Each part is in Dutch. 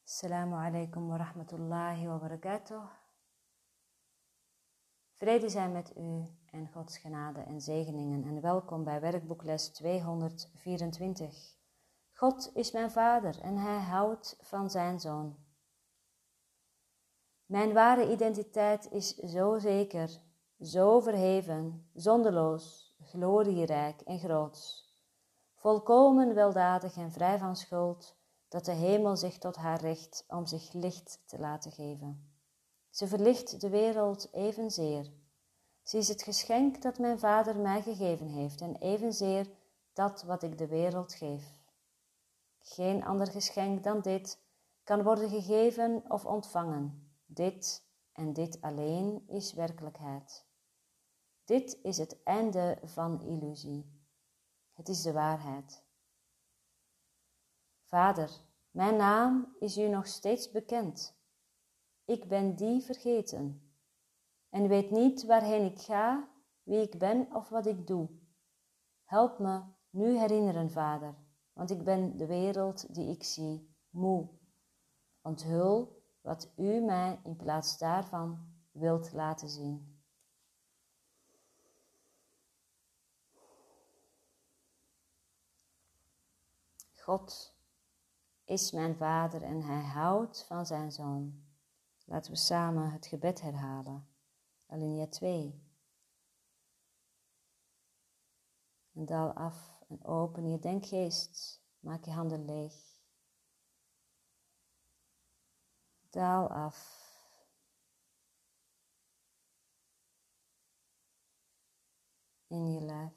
Assalamu alaikum wa rahmatullahi wa barakatuh. Vrede zij met u en Gods genade en zegeningen en welkom bij werkboekles 224. God is mijn vader en hij houdt van zijn zoon. Mijn ware identiteit is zo zeker, zo verheven, zonderloos, glorierijk en groots, volkomen weldadig en vrij van schuld, dat de hemel zich tot haar richt om zich licht te laten geven. Ze verlicht de wereld evenzeer. Ze is het geschenk dat mijn vader mij gegeven heeft en evenzeer dat wat ik de wereld geef. Geen ander geschenk dan dit kan worden gegeven of ontvangen. Dit en dit alleen is werkelijkheid. Dit is het einde van illusie. Het is de waarheid. Vader, mijn naam is u nog steeds bekend. Ik ben die vergeten en weet niet waarheen ik ga, wie ik ben of wat ik doe. Help me nu herinneren, Vader, want ik ben de wereld die ik zie moe. Onthul wat u mij in plaats daarvan wilt laten zien. God is mijn vader en hij houdt van zijn zoon. Laten we samen het gebed herhalen. Alinea 2. En daal af en open je denkgeest. Maak je handen leeg. Daal af. In je lijf.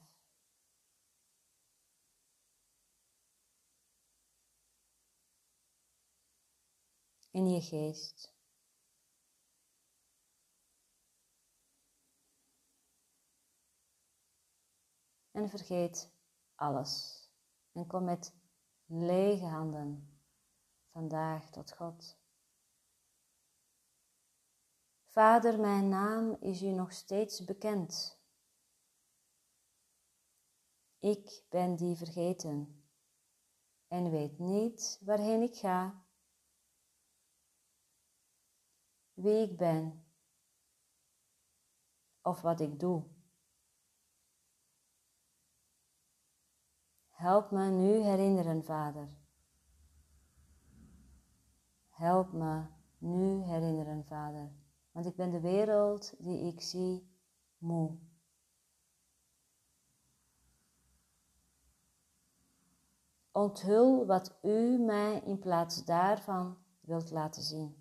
In je geest. En vergeet alles. En kom met lege handen vandaag tot God. Vader, mijn naam is u nog steeds bekend. Ik ben die vergeten en weet niet waarheen ik ga, wie ik ben of wat ik doe. Help me nu herinneren, Vader. Help me nu herinneren, Vader, want ik ben de wereld die ik zie moe. Onthul wat u mij in plaats daarvan wilt laten zien.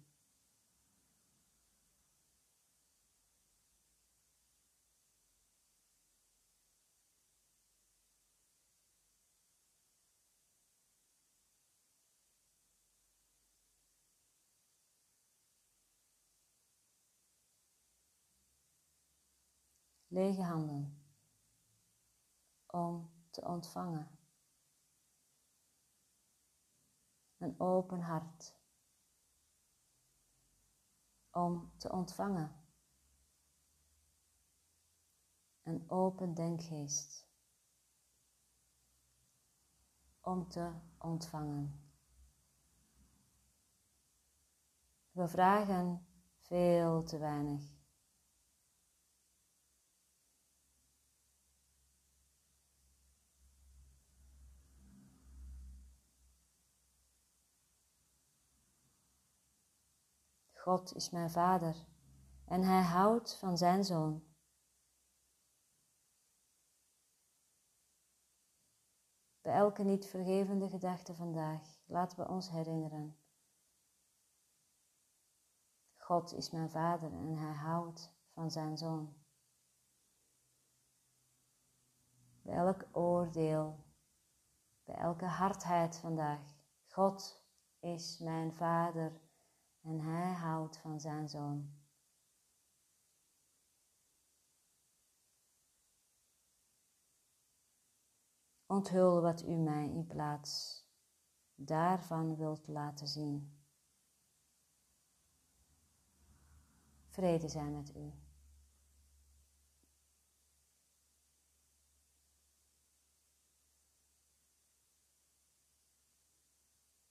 Lege handen om te ontvangen. Een open hart om te ontvangen. Een open denkgeest om te ontvangen. We vragen veel te weinig. God is mijn vader en hij houdt van zijn zoon. Bij elke niet vergevende gedachte vandaag laten we ons herinneren. God is mijn vader en hij houdt van zijn zoon. Bij elk oordeel, bij elke hardheid vandaag. God is mijn vader en hij houdt van zijn zoon. Onthul wat u mij in plaats daarvan wilt laten zien. Vrede zij met u.